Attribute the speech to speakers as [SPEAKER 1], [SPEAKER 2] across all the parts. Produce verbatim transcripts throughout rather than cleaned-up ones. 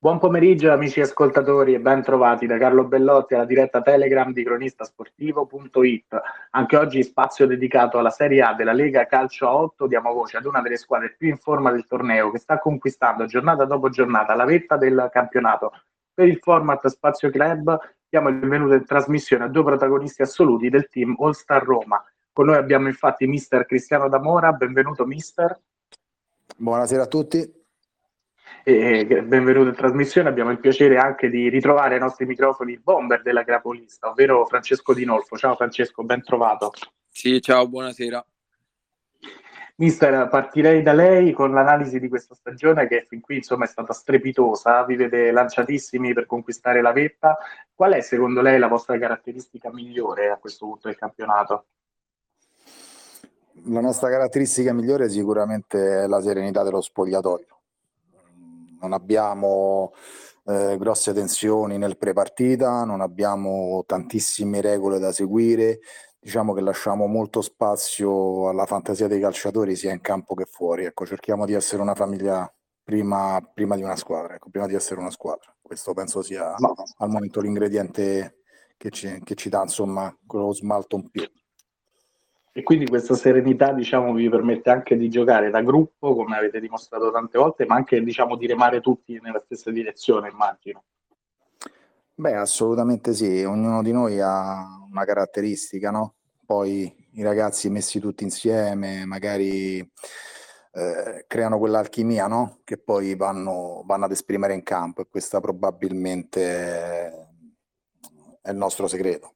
[SPEAKER 1] Buon pomeriggio amici ascoltatori e ben trovati da Carlo Bellotti alla diretta Telegram di cronistasportivo punto it. Anche oggi spazio dedicato alla Serie A della Lega Calcio a otto, diamo voce ad una delle squadre più in forma del torneo che sta conquistando giornata dopo giornata la vetta del campionato. Per il format Spazio Club diamo il benvenuto in trasmissione a due protagonisti assoluti del team All Star Roma. Con noi abbiamo infatti mister Cristiano D'Amora, benvenuto mister.
[SPEAKER 2] Buonasera a tutti.
[SPEAKER 1] E benvenuto in trasmissione. Abbiamo il piacere anche di ritrovare ai nostri microfoni il bomber della capolista, ovvero Francesco Di Nolfo. Ciao Francesco, ben trovato.
[SPEAKER 3] Sì, ciao, buonasera.
[SPEAKER 1] Mister, partirei da lei con l'analisi di questa stagione che fin qui insomma è stata strepitosa, vi vede lanciatissimi per conquistare la vetta. Qual è secondo lei la vostra caratteristica migliore a questo punto del campionato?
[SPEAKER 2] La nostra caratteristica migliore è sicuramente la serenità dello spogliatoio. Non abbiamo eh, grosse tensioni nel pre-partita, non abbiamo tantissime regole da seguire, diciamo che lasciamo molto spazio alla fantasia dei calciatori sia in campo che fuori. Ecco, cerchiamo di essere una famiglia prima, prima di una squadra, ecco, prima di essere una squadra. Questo penso sia
[SPEAKER 1] No.
[SPEAKER 2] al momento l'ingrediente che ci, che ci dà insomma quello smalto in più.
[SPEAKER 1] E quindi questa serenità, diciamo, vi permette anche di giocare da gruppo, come avete dimostrato tante volte, ma anche, diciamo, di remare tutti nella stessa direzione, immagino.
[SPEAKER 2] Beh, assolutamente sì, ognuno di noi ha una caratteristica, no? Poi i ragazzi messi tutti insieme magari eh, creano quell'alchimia, no? Che poi vanno, vanno ad esprimere in campo e questa probabilmente è il nostro segreto.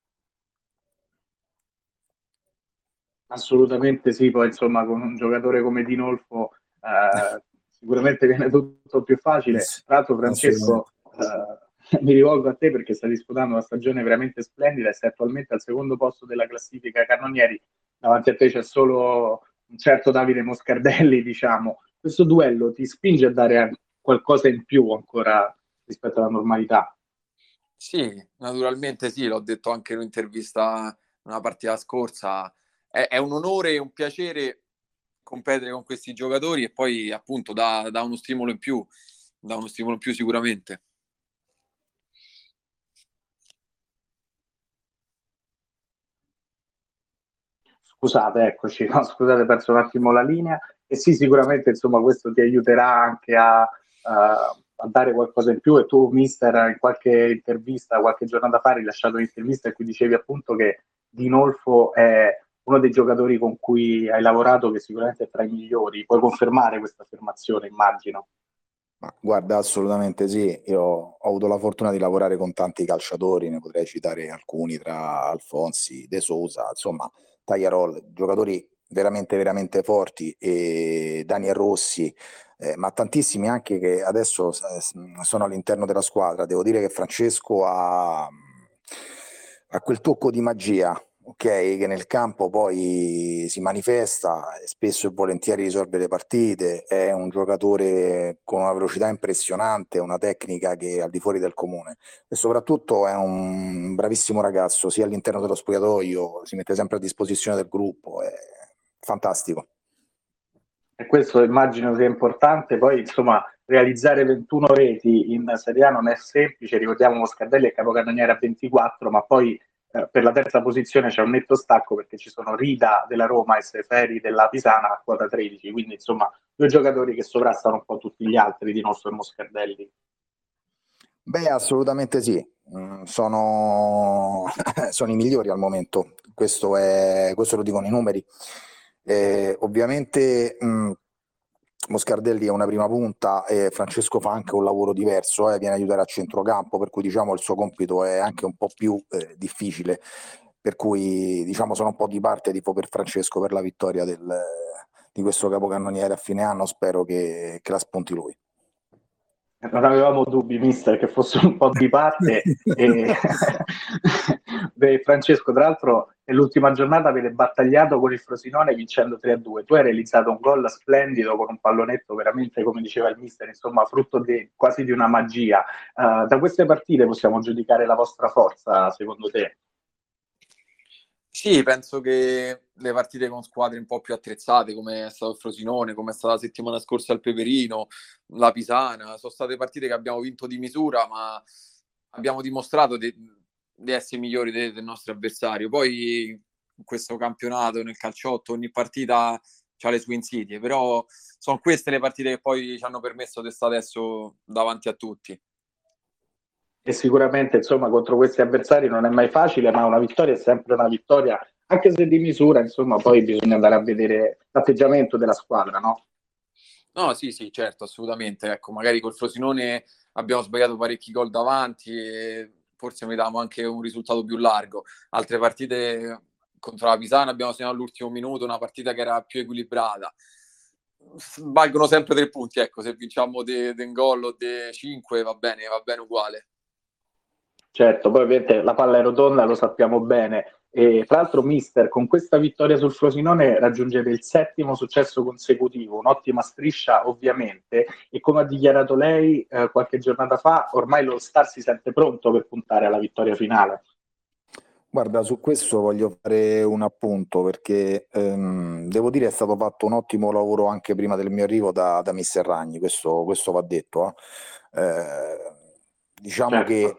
[SPEAKER 1] Assolutamente sì, poi insomma con un giocatore come Dinolfo eh, sicuramente viene tutto più facile. Tra l'altro Francesco, eh, mi rivolgo a te perché stai disputando una stagione veramente splendida e sei attualmente al secondo posto della classifica cannonieri. Davanti a te c'è solo un certo Davide Moscardelli, diciamo. Questo duello ti spinge a dare qualcosa in più ancora rispetto alla normalità?
[SPEAKER 3] Sì, naturalmente sì, l'ho detto anche in un'intervista una partita scorsa. È, è un onore e un piacere competere con questi giocatori e poi appunto dà, dà uno stimolo in più, dà uno stimolo in più sicuramente.
[SPEAKER 1] Scusate, eccoci, no, scusate, ho perso un attimo la linea. E sì, sicuramente insomma questo ti aiuterà anche a, a, a dare qualcosa in più. E tu, mister, in qualche intervista, qualche giornata fa, hai rilasciato un'intervista in cui dicevi appunto che Dinolfo è uno dei giocatori con cui hai lavorato, che sicuramente è tra i migliori. Puoi confermare questa affermazione, immagino?
[SPEAKER 2] Ma guarda, assolutamente sì, io ho avuto la fortuna di lavorare con tanti calciatori, ne potrei citare alcuni tra Alfonsi, De Sousa, insomma, Tagliarol, giocatori veramente veramente forti, e Daniel Rossi, eh, ma tantissimi anche che adesso eh, sono all'interno della squadra. Devo dire che Francesco ha, ha quel tocco di magia, ok, che nel campo poi si manifesta e spesso e volentieri risolve le partite. È un giocatore con una velocità impressionante, una tecnica che è al di fuori del comune e soprattutto è un bravissimo ragazzo, sia all'interno dello spogliatoio, si mette sempre a disposizione del gruppo, è fantastico.
[SPEAKER 1] E questo immagino sia importante. Poi, insomma, realizzare ventuno reti in Serie A non è semplice. Ricordiamo Moscardelli è capocannoniere a ventiquattro, ma poi eh, per la terza posizione c'è un netto stacco perché ci sono Rida della Roma e Seferi della Pisana a quota tredici. Quindi, insomma, due giocatori che sovrastano un po' tutti gli altri di nostro Moscardelli.
[SPEAKER 2] Beh, assolutamente sì, mm, sono, sono i migliori al momento, questo, è, questo lo dicono i numeri. Eh, ovviamente mh, Moscardelli è una prima punta e Francesco fa anche un lavoro diverso, eh, viene a aiutare a centrocampo, per cui diciamo il suo compito è anche un po' più eh, difficile, per cui diciamo sono un po' di parte tifo per Francesco per la vittoria del, di questo capocannoniere a fine anno, spero che, che la spunti lui.
[SPEAKER 1] Non avevamo dubbi, mister, che fosse un po' di parte. E... Beh, Francesco, tra l'altro, nell'ultima giornata avete battagliato con il Frosinone vincendo tre a due. Tu hai realizzato un gol splendido con un pallonetto veramente, come diceva il mister, insomma, frutto di, quasi di una magia. Uh, da queste partite possiamo giudicare la vostra forza, secondo te?
[SPEAKER 3] Sì, penso che le partite con squadre un po' più attrezzate, come è stato il Frosinone, come è stata la settimana scorsa il Peperino, la Pisana, sono state partite che abbiamo vinto di misura, ma abbiamo dimostrato di, di essere migliori de, del nostro avversario. Poi in questo campionato, nel calciotto, ogni partita ha le sue insidie, però sono queste le partite che poi ci hanno permesso di stare adesso davanti a tutti.
[SPEAKER 1] E sicuramente insomma contro questi avversari non è mai facile, ma una vittoria è sempre una vittoria, anche se di misura, insomma poi bisogna andare a vedere l'atteggiamento della squadra, no?
[SPEAKER 3] No, sì, sì, certo, assolutamente. Ecco, magari col Frosinone abbiamo sbagliato parecchi gol davanti e forse meritavamo anche un risultato più largo. Altre partite contro la Pisana abbiamo segnato all'ultimo minuto, una partita che era più equilibrata. Valgono sempre tre punti, ecco, se vinciamo de, de gol o de cinque va bene, va bene uguale.
[SPEAKER 1] Certo, poi ovviamente la palla è rotonda, lo sappiamo bene. E tra l'altro, mister, con questa vittoria sul Frosinone raggiungete il settimo successo consecutivo, un'ottima striscia ovviamente, e come ha dichiarato lei eh, qualche giornata fa, ormai lo Star si sente pronto per puntare alla vittoria finale.
[SPEAKER 2] Guarda, su questo voglio fare un appunto perché ehm, devo dire è stato fatto un ottimo lavoro anche prima del mio arrivo da, da mister Ragni, questo, questo va detto. eh. Eh, diciamo che
[SPEAKER 1] Certo.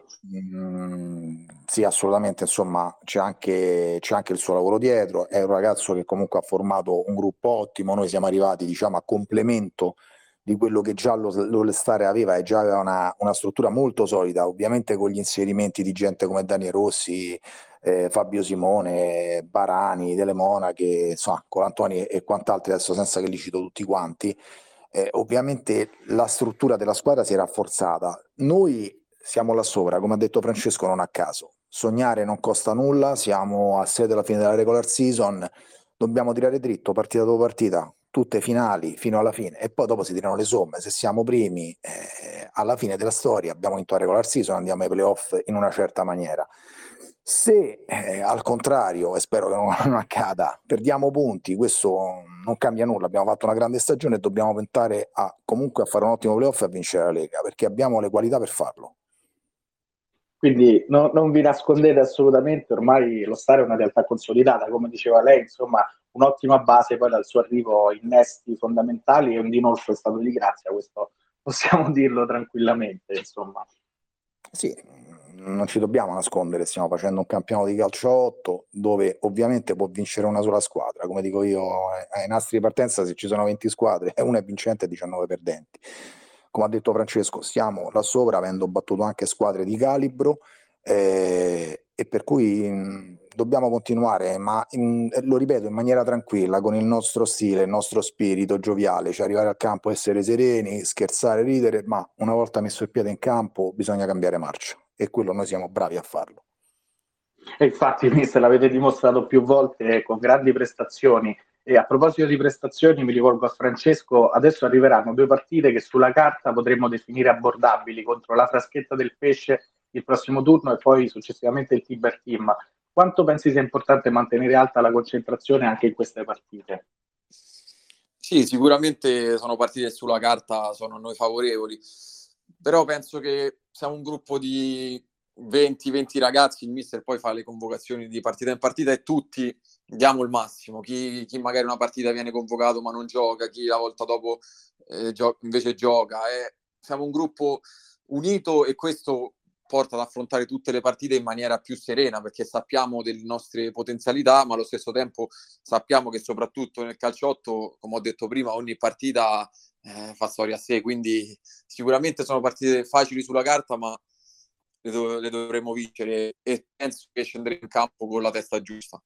[SPEAKER 2] mh, sì, assolutamente, insomma, c'è anche, c'è anche il suo lavoro dietro, è un ragazzo che comunque ha formato un gruppo ottimo, noi siamo arrivati, diciamo, a complemento di quello che già lo, lo Stare aveva e già aveva una, una struttura molto solida, ovviamente con gli inserimenti di gente come Dani Rossi, eh, Fabio Simone, Barani, Delle Monache, insomma, Colantoni e quant'altri, adesso senza che li cito tutti quanti. Eh, ovviamente la struttura della squadra si è rafforzata. Noi siamo là sopra, come ha detto Francesco, non a caso. Sognare non costa nulla, siamo a sei della fine della regular season, dobbiamo tirare dritto partita dopo partita, tutte finali fino alla fine e poi dopo si tirano le somme. Se siamo primi eh, alla fine della storia abbiamo vinto la regular season, andiamo ai playoff in una certa maniera. Se eh, al contrario, e spero che non, non accada, perdiamo punti, questo non cambia nulla, abbiamo fatto una grande stagione e dobbiamo puntare a, comunque a fare un ottimo playoff e a vincere la Lega, perché abbiamo le qualità per farlo.
[SPEAKER 1] Quindi no- non vi nascondete assolutamente, ormai lo Stare è una realtà consolidata, come diceva lei, insomma, un'ottima base poi dal suo arrivo, innesti fondamentali e un Dinolfo è stato di grazia, questo possiamo dirlo tranquillamente, insomma.
[SPEAKER 2] Sì, non ci dobbiamo nascondere, stiamo facendo un campionato di calcio a otto dove ovviamente può vincere una sola squadra, come dico io ai nastri di partenza se ci sono venti squadre, una è vincente e diciannove perdenti. Come ha detto Francesco, stiamo là sopra avendo battuto anche squadre di calibro eh, e per cui mh, dobbiamo continuare, ma in, lo ripeto in maniera tranquilla, con il nostro stile, il nostro spirito gioviale, cioè arrivare al campo, essere sereni, scherzare, ridere, ma una volta messo il piede in campo bisogna cambiare marcia e quello noi siamo bravi a farlo.
[SPEAKER 1] E infatti, mister, l'avete dimostrato più volte con grandi prestazioni. E a proposito di prestazioni, mi rivolgo a Francesco, adesso arriveranno due partite che sulla carta potremmo definire abbordabili contro la Fraschetta del Pesce il prossimo turno e poi successivamente il Tiber Team. Quanto pensi sia importante mantenere alta la concentrazione anche in queste partite?
[SPEAKER 3] Sì, sicuramente sono partite sulla carta, sono a noi favorevoli, però penso che siamo un gruppo di venti venti ragazzi, il mister poi fa le convocazioni di partita in partita e tutti diamo il massimo, chi, chi magari una partita viene convocato ma non gioca, chi la volta dopo eh, gio- invece gioca, eh. Siamo un gruppo unito e questo porta ad affrontare tutte le partite in maniera più serena perché sappiamo delle nostre potenzialità, ma allo stesso tempo sappiamo che soprattutto nel calciotto, come ho detto prima, ogni partita eh, fa storia a sé, quindi sicuramente sono partite facili sulla carta, ma le, do- le dovremo vincere e penso che scenderemo in campo con la testa giusta.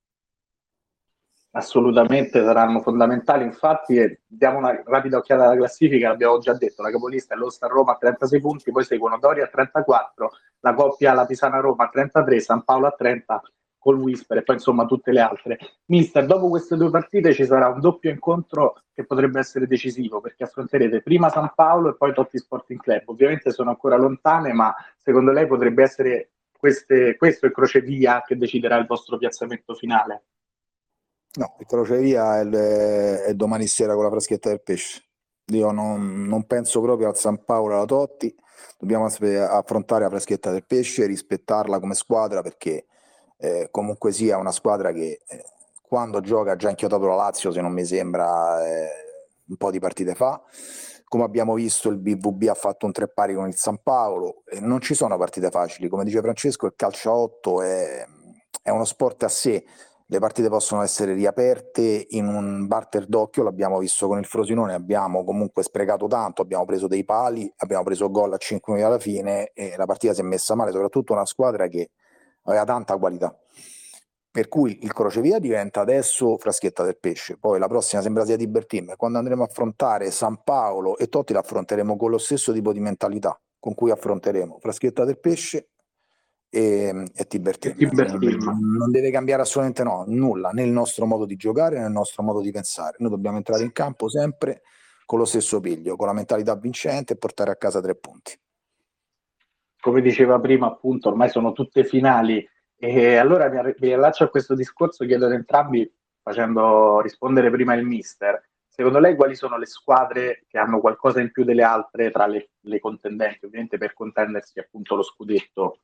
[SPEAKER 1] Assolutamente saranno fondamentali, infatti eh, diamo una rapida occhiata alla classifica, l'abbiamo già detto, la capolista è l'Ostar Roma a trentasei punti, poi seguono Doria a trentaquattro, la coppia la Pisana Roma a trentatré, San Paolo a trenta col Whisper e poi insomma tutte le altre. Mister, dopo queste due partite ci sarà un doppio incontro che potrebbe essere decisivo perché affronterete prima San Paolo e poi Totti Sporting Club, ovviamente sono ancora lontane ma secondo lei potrebbe essere queste, questo il crocevia che deciderà il vostro piazzamento finale?
[SPEAKER 2] No, il crocevia è, il- è domani sera con la Fraschetta del Pesce. Io non, non penso proprio al San Paolo e alla Totti, dobbiamo aspe- affrontare la Fraschetta del Pesce, rispettarla come squadra perché eh, comunque sia una squadra che eh, quando gioca ha già inchiodato la Lazio, se non mi sembra, eh, un po' di partite fa. Come abbiamo visto, il B V B ha fatto un tre pari con il San Paolo, e non ci sono partite facili. Come dice Francesco, il calcio a otto è, è uno sport a sé. Le partite possono essere riaperte in un batter d'occhio, l'abbiamo visto con il Frosinone, abbiamo comunque sprecato tanto, abbiamo preso dei pali, abbiamo preso gol a cinque minuti alla fine e la partita si è messa male, soprattutto una squadra che aveva tanta qualità. Per cui il crocevia diventa adesso Fraschetta del Pesce, poi la prossima sembra sia Tiberteam, quando andremo a affrontare San Paolo e Totti l'affronteremo con lo stesso tipo di mentalità con cui affronteremo Fraschetta del Pesce e, e Tiberteam. Non, non deve cambiare assolutamente no, nulla nel nostro modo di giocare, nel nostro modo di pensare. Noi dobbiamo entrare in campo sempre con lo stesso piglio, con la mentalità vincente e portare a casa tre punti.
[SPEAKER 1] Come diceva prima, appunto, ormai sono tutte finali. E allora mi, mi riallaccio a questo discorso, chiedo ad entrambi, facendo rispondere prima il mister, secondo lei quali sono le squadre che hanno qualcosa in più delle altre tra le, le contendenti, ovviamente per contendersi appunto lo scudetto?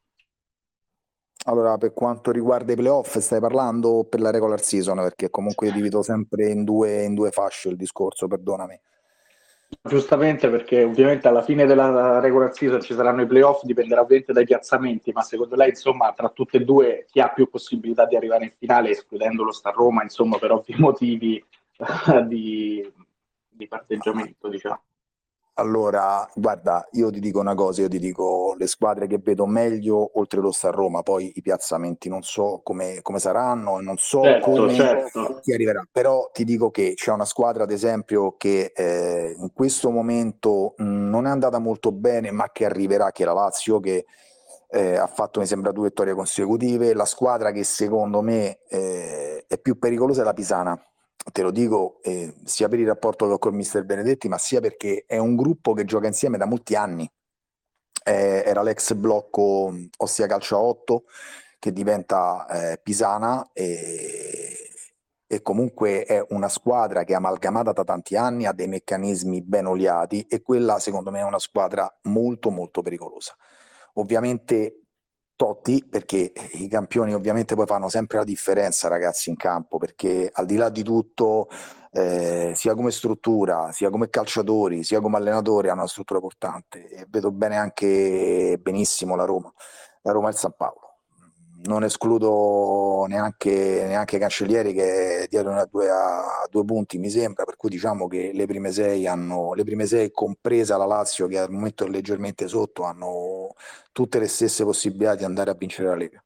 [SPEAKER 2] Allora, per quanto riguarda i playoff, stai parlando per la regular season? Perché comunque io divido sempre in due, in due fasce il discorso, perdonami.
[SPEAKER 1] Giustamente, perché ovviamente alla fine della regular season ci saranno i playoff, dipenderà ovviamente dai piazzamenti, ma secondo lei, insomma, tra tutte e due chi ha più possibilità di arrivare in finale, escludendo lo Star Roma, insomma, per ovvi motivi di, di parteggiamento, diciamo?
[SPEAKER 2] Allora, guarda, io ti dico una cosa, io ti dico le squadre che vedo meglio oltre lo Star Roma, poi i piazzamenti non so come, come saranno, non so
[SPEAKER 1] Certo,
[SPEAKER 2] come
[SPEAKER 1] certo.
[SPEAKER 2] chi arriverà, però ti dico che c'è una squadra, ad esempio, che eh, in questo momento mh, non è andata molto bene, ma che arriverà, che è la Lazio, che eh, ha fatto, mi sembra, due vittorie consecutive. La squadra che secondo me eh, è più pericolosa è la Pisana. Te lo dico eh, sia per il rapporto che ho con il mister Benedetti, ma sia perché è un gruppo che gioca insieme da molti anni. Eh, era l'ex blocco Ostia Calcio a otto che diventa eh, Pisana e, e comunque è una squadra che è amalgamata da tanti anni, ha dei meccanismi ben oliati e quella secondo me è una squadra molto molto pericolosa. Ovviamente Totti, perché i campioni ovviamente poi fanno sempre la differenza, ragazzi, in campo, perché al di là di tutto, eh, sia come struttura, sia come calciatori, sia come allenatori, hanno una struttura portante. E vedo bene anche benissimo la Roma, la Roma e il San Paolo. Non escludo neanche, neanche Cancellieri, che è dietro a due, a due punti, mi sembra, per cui diciamo che le prime sei hanno, le prime sei, compresa la Lazio, che al momento è leggermente sotto, hanno tutte le stesse possibilità di andare a vincere la Lega.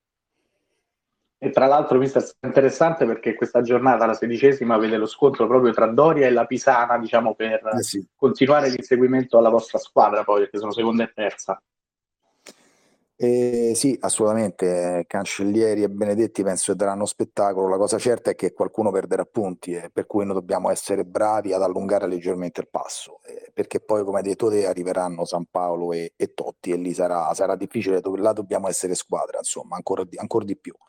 [SPEAKER 1] E tra l'altro, mister, è interessante perché questa giornata, la sedicesima, vede lo scontro proprio tra Doria e la Pisana, diciamo, per
[SPEAKER 2] Eh sì.
[SPEAKER 1] continuare l'inseguimento alla vostra squadra, poi, perché sono seconda e terza.
[SPEAKER 2] Eh, sì, assolutamente. Cancellieri e Benedetti penso che daranno spettacolo. La cosa certa è che qualcuno perderà punti, eh, per cui noi dobbiamo essere bravi ad allungare leggermente il passo, eh, perché poi, come hai detto te, arriveranno San Paolo e, e Totti e lì sarà, sarà difficile. Là dobbiamo essere squadra, insomma, ancora di, ancora di più.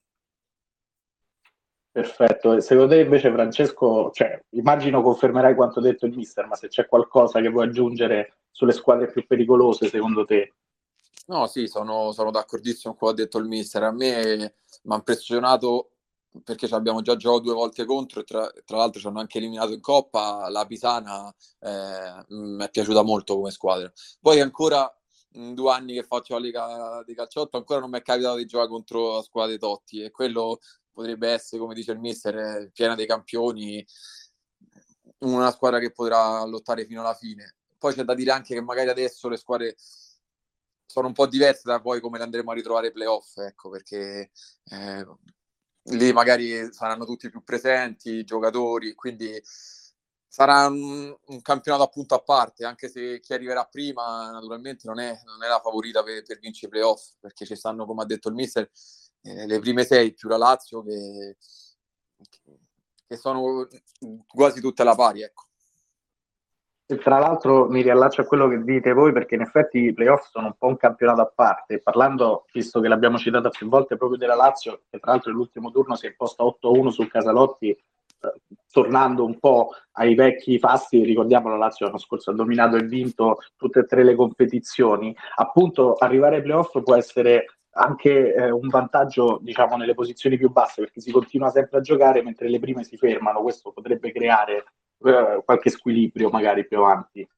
[SPEAKER 1] Perfetto. E secondo te invece, Francesco, cioè, immagino confermerai quanto detto il mister, ma se c'è qualcosa che vuoi aggiungere sulle squadre più pericolose, secondo te?
[SPEAKER 3] No, sì, sono, sono d'accordissimo con quello che ha detto il mister. A me mi ha impressionato perché ci abbiamo già giocato due volte contro e tra, tra l'altro ci hanno anche eliminato in Coppa. La Pisana eh, mi è piaciuta molto come squadra. Poi ancora in due anni che faccio la Lega di Calciotto ancora non mi è capitato di giocare contro la squadra dei Totti e quello potrebbe essere, come dice il mister, eh, piena dei campioni, una squadra che potrà lottare fino alla fine. Poi c'è da dire anche che magari adesso le squadre sono un po' diverse da poi come le andremo a ritrovare ai playoff, ecco, perché eh, lì magari saranno tutti più presenti, i giocatori, quindi sarà un, un campionato appunto a parte, anche se chi arriverà prima naturalmente non è, non è la favorita per, per vincere i playoff, perché ci stanno, come ha detto il mister, eh, le prime sei più la Lazio che, che sono quasi tutte alla pari, ecco.
[SPEAKER 1] E tra l'altro mi riallaccio a quello che dite voi, perché in effetti i playoff sono un po' un campionato a parte. Parlando, visto che l'abbiamo citata più volte, proprio della Lazio, che tra l'altro nell'ultimo turno si è imposta otto a uno sul Casalotti, eh, tornando un po' ai vecchi fasti, ricordiamo la Lazio l'anno scorso ha dominato e vinto tutte e tre le competizioni. Appunto, arrivare ai playoff può essere anche eh, un vantaggio, diciamo, nelle posizioni più basse, perché si continua sempre a giocare mentre le prime si fermano. Questo potrebbe creare eh, qualche squilibrio magari più avanti.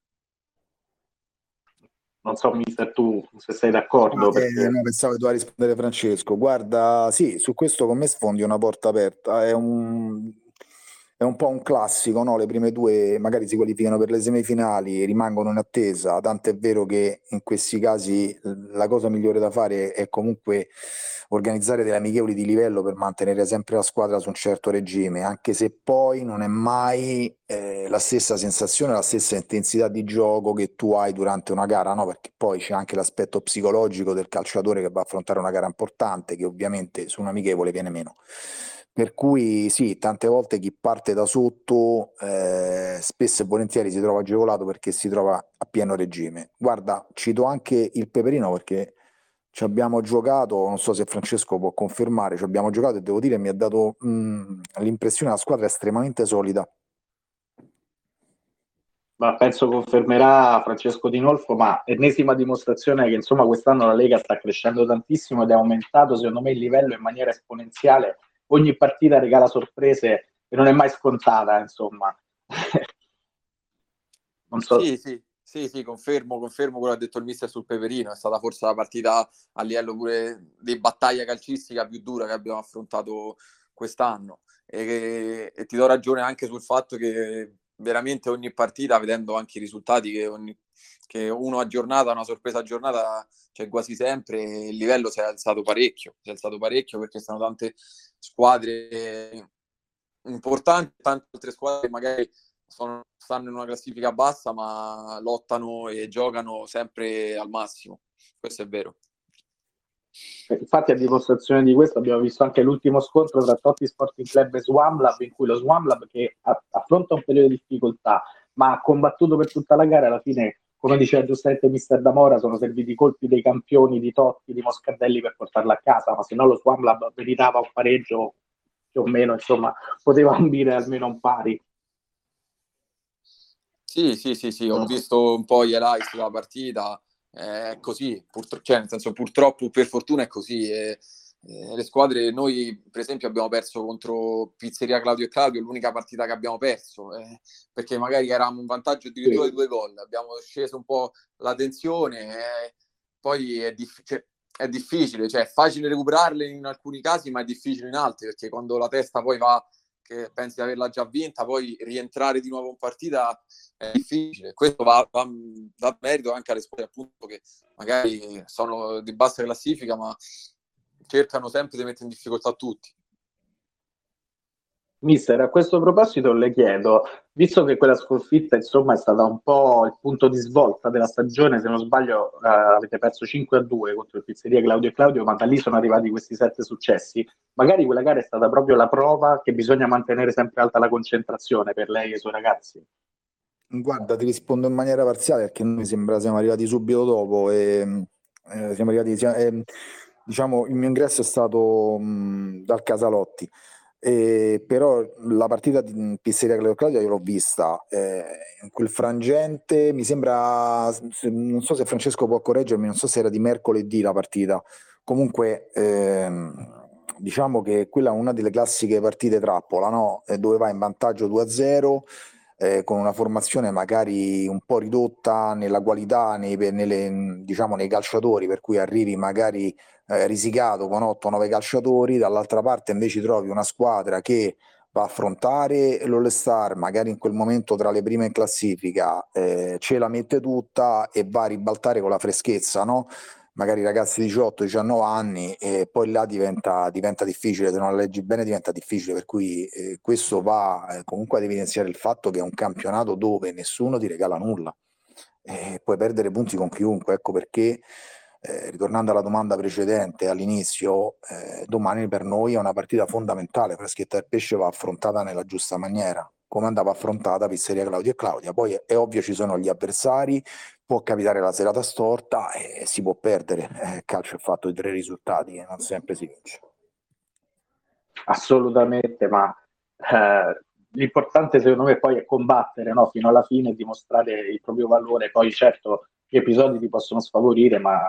[SPEAKER 1] Non so, mister, tu se sei d'accordo,
[SPEAKER 2] Ah, eh,
[SPEAKER 1] perché
[SPEAKER 2] no, pensavo che doveva rispondere Francesco. Guarda, sì, su questo con me sfondi una porta aperta. È un, è un po' un classico, no? Le prime due magari si qualificano per le semifinali, rimangono in attesa. Tant'è vero che in questi casi eh, la cosa migliore da fare è comunque organizzare delle amichevoli di livello per mantenere sempre la squadra su un certo regime, anche se poi non è mai eh, la stessa sensazione, la stessa intensità di gioco che tu hai durante una gara, no? Perché poi c'è anche l'aspetto psicologico del calciatore che va a affrontare una gara importante, che ovviamente su un amichevole viene meno. Per cui sì, tante volte chi parte da sotto eh, spesso e volentieri si trova agevolato perché si trova a pieno regime. Guarda, cito anche il Peperino perché ci abbiamo giocato, non so se Francesco può confermare, ci abbiamo giocato e devo dire mi ha dato mh, l'impressione che la squadra è estremamente solida.
[SPEAKER 1] ma penso confermerà Francesco Di Nolfo, ma ennesima dimostrazione che insomma quest'anno la Lega sta crescendo tantissimo ed è aumentato secondo me il livello in maniera esponenziale. Ogni partita regala sorprese e non è mai scontata, insomma. Non so.
[SPEAKER 3] Sì, sì, sì, sì, confermo, confermo quello che ha detto il mister sul Peperino. È stata forse la partita a livello pure di battaglia calcistica più dura che abbiamo affrontato quest'anno. E, e ti do ragione anche sul fatto che veramente ogni partita, vedendo anche i risultati, che, ogni, che uno a giornata, una sorpresa a giornata c'è quasi sempre, il livello si è alzato parecchio, si è alzato parecchio perché sono tante squadre importanti, tante altre squadre che magari sono, stanno in una classifica bassa ma lottano e giocano sempre al massimo. Questo è vero.
[SPEAKER 1] Infatti, a dimostrazione di questo, abbiamo visto anche l'ultimo scontro tra Totti Sporting Club e Swamlab, in cui lo Swamlab, che affronta un periodo di difficoltà, ma ha combattuto per tutta la gara, alla fine, come diceva giustamente mister D'Amora, sono serviti i colpi dei campioni di Totti, di Moscardelli per portarla a casa, ma se no lo Swamlab meritava un pareggio più o meno, insomma, poteva ambire almeno un pari.
[SPEAKER 3] Sì, sì, sì, sì, ho visto un po' gli highlights della partita, è così, purtro- cioè, nel senso, purtroppo, per fortuna è così. E, e le squadre, noi per esempio abbiamo perso contro Pizzeria Claudio e Claudio, l'unica partita che abbiamo perso, eh, perché magari eravamo in vantaggio addirittura di due gol, abbiamo sceso un po' la tensione, eh, poi è, diff- cioè, è difficile, cioè è facile recuperarle in alcuni casi, ma è difficile in altri, perché quando la testa poi va che pensi di averla già vinta, poi rientrare di nuovo in partita è difficile. Questo va, va, dà merito anche alle squadre appunto che magari sono di bassa classifica ma cercano sempre di mettere in difficoltà tutti.
[SPEAKER 1] Mister, a questo proposito le chiedo, visto che quella sconfitta insomma è stata un po' il punto di svolta della stagione, se non sbaglio eh, avete perso cinque a due contro il Pizzeria Claudio e Claudio, ma da lì sono arrivati questi sette successi, magari quella gara è stata proprio la prova che bisogna mantenere sempre alta la concentrazione per lei e i suoi ragazzi.
[SPEAKER 2] Guarda, ti rispondo in maniera parziale perché noi sembra siamo arrivati subito dopo e eh, siamo arrivati, sia- eh, diciamo, il mio ingresso è stato mh, dal Casalotti. E però la partita di Pizzeria Claudio Claudia io l'ho vista eh, in quel frangente mi sembra se- non so se Francesco può correggermi, non so se era di mercoledì la partita, comunque ehm, diciamo che quella è una delle classiche partite trappola, no? Eh, dove vai in vantaggio due a zero eh, con una formazione magari un po' ridotta nella qualità nei, nelle, diciamo, nei calciatori, per cui arrivi magari eh, risicato con otto nove calciatori, dall'altra parte invece trovi una squadra che va a affrontare l'All-Star, magari in quel momento tra le prime in classifica, eh, ce la mette tutta e va a ribaltare con la freschezza, no? Magari ragazzi di diciotto diciannove anni e poi là diventa, diventa difficile, se non la leggi bene diventa difficile, per cui eh, questo va eh, comunque ad evidenziare il fatto che è un campionato dove nessuno ti regala nulla e puoi perdere punti con chiunque, ecco perché eh, ritornando alla domanda precedente all'inizio, eh, domani per noi è una partita fondamentale, Freschetta del Pesce va affrontata nella giusta maniera, come andava affrontata Pizzeria Claudio e Claudia, poi è, è ovvio ci sono gli avversari, può capitare la serata storta e si può perdere, eh, calcio è fatto di tre risultati e non sempre si vince.
[SPEAKER 1] Assolutamente, ma eh, l'importante secondo me poi è combattere, no? Fino alla fine e dimostrare il proprio valore. Poi certo gli episodi ti possono sfavorire, ma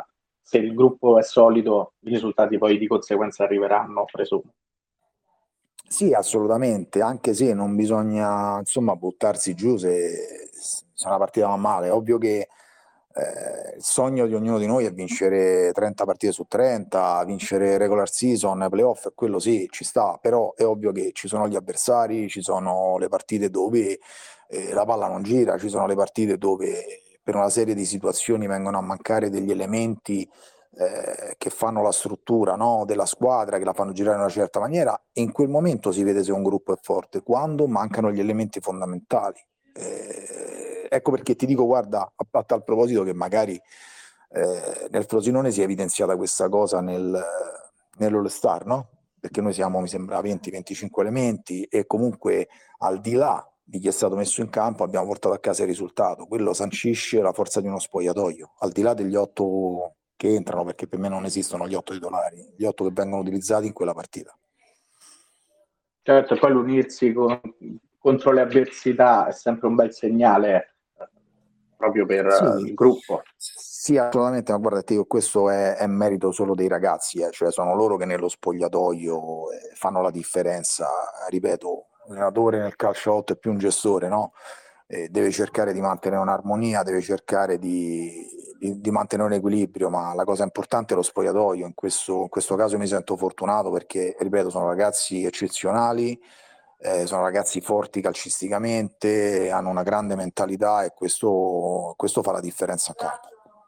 [SPEAKER 1] se il gruppo è solido, i risultati poi di conseguenza arriveranno, presumo.
[SPEAKER 2] Sì, assolutamente, anche se non bisogna insomma buttarsi giù se, se una partita va male. È ovvio che eh, il sogno di ognuno di noi è vincere trenta partite su trenta, vincere regular season, playoff, e quello sì, ci sta, però è ovvio che ci sono gli avversari, ci sono le partite dove eh, la palla non gira, ci sono le partite dove per una serie di situazioni vengono a mancare degli elementi eh, che fanno la struttura, no, della squadra, che la fanno girare in una certa maniera, e in quel momento si vede se un gruppo è forte, quando mancano gli elementi fondamentali. Eh, ecco perché ti dico, guarda, a, a tal proposito, che magari eh, nel Frosinone si è evidenziata questa cosa nel, nell'All Star, no? Perché noi siamo, mi sembra, venti venticinque elementi, e comunque al di là di chi è stato messo in campo abbiamo portato a casa il risultato. Quello sancisce la forza di uno spogliatoio, al di là degli otto che entrano, perché per me non esistono gli otto titolari, gli otto che vengono utilizzati in quella partita.
[SPEAKER 1] Certo, poi l'unirsi con, contro le avversità è sempre un bel segnale proprio per
[SPEAKER 2] sì,
[SPEAKER 1] il gruppo.
[SPEAKER 2] Sì, assolutamente, ma guarda, te, questo è, è merito solo dei ragazzi, eh, cioè sono loro che nello spogliatoio eh, fanno la differenza. Ripeto, l'allenatore nel calcio otto è più un gestore, no? Eh, deve cercare di mantenere un'armonia, deve cercare di, di, di mantenere un equilibrio, ma la cosa importante è lo spogliatoio. In questo, in questo caso mi sento fortunato perché, ripeto, sono ragazzi eccezionali, eh, sono ragazzi forti calcisticamente, hanno una grande mentalità, e questo, questo fa la differenza a campo.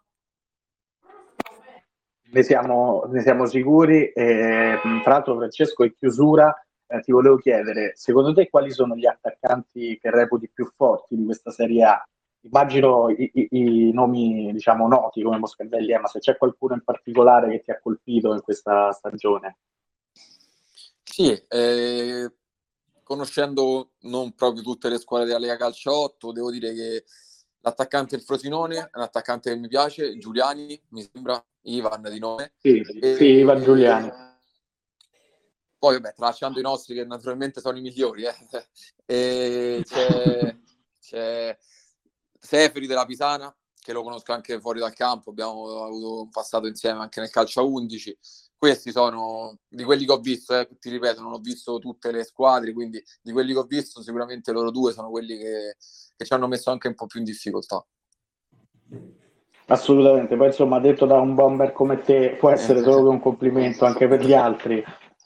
[SPEAKER 1] Ne siamo, ne siamo sicuri. E, tra l'altro, Francesco, in chiusura eh, ti volevo chiedere, secondo te quali sono gli attaccanti che reputi più forti di questa Serie A? Immagino i, i, i nomi, diciamo, noti come Moscardelli, eh, ma se c'è qualcuno in particolare che ti ha colpito in questa stagione?
[SPEAKER 3] Sì, eh, conoscendo non proprio tutte le squadre della Lega Calcio otto, devo dire che l'attaccante del Frosinone è un attaccante che mi piace, Giuliani, mi sembra, Ivan di nome.
[SPEAKER 1] Sì,
[SPEAKER 3] e,
[SPEAKER 1] sì, Ivan Giuliani.
[SPEAKER 3] Poi, vabbè, tralasciando i nostri che naturalmente sono i migliori, eh. E c'è, c'è Seferi della Pisana, che lo conosco anche fuori dal campo, abbiamo avuto un passato insieme anche nel calcio a undici. Questi sono di quelli che ho visto, eh, ti ripeto, non ho visto tutte le squadre, quindi di quelli che ho visto sicuramente loro due sono quelli che, che ci hanno messo anche un po' più in difficoltà.
[SPEAKER 1] Assolutamente, poi insomma, detto da un bomber come te, può essere solo che un complimento anche per gli altri.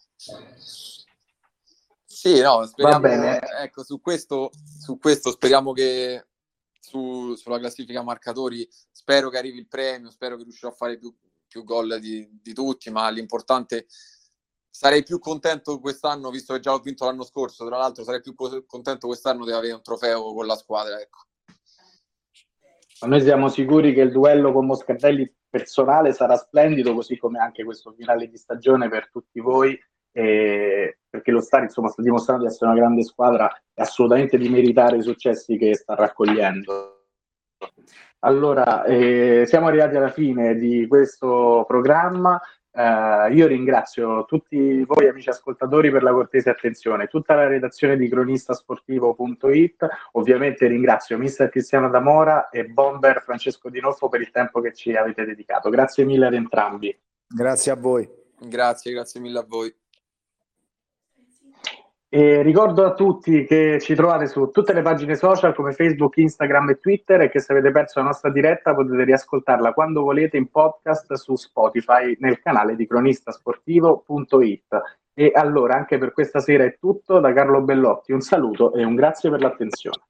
[SPEAKER 3] Sì, no, speriamo,
[SPEAKER 1] Va bene.
[SPEAKER 3] ecco, su questo, su questo speriamo che su, sulla classifica marcatori, spero che arrivi il premio, spero che riuscirò a fare più, più gol di, di tutti, ma l'importante, sarei più contento quest'anno, visto che già ho vinto l'anno scorso, tra l'altro sarei più contento quest'anno di avere un trofeo con la squadra, ecco.
[SPEAKER 1] Noi siamo sicuri che il duello con Moscardelli personale sarà splendido, così come anche questo finale di stagione per tutti voi, eh, perché lo Star, insomma, sta dimostrando di essere una grande squadra e assolutamente di meritare i successi che sta raccogliendo. Allora, eh, siamo arrivati alla fine di questo programma. Uh, io ringrazio tutti voi amici ascoltatori per la cortese attenzione, tutta la redazione di cronistasportivo punto it, ovviamente ringrazio mister Cristiano D'Amora e bomber Francesco Di Noffo per il tempo che ci avete dedicato. Grazie mille ad entrambi.
[SPEAKER 2] Grazie a voi.
[SPEAKER 3] Grazie, grazie mille a voi.
[SPEAKER 1] E ricordo a tutti che ci trovate su tutte le pagine social come Facebook, Instagram e Twitter, e che se avete perso la nostra diretta potete riascoltarla quando volete in podcast su Spotify nel canale di cronistasportivo punto it. E allora anche per questa sera è tutto da Carlo Bellotti, un saluto e un grazie per l'attenzione.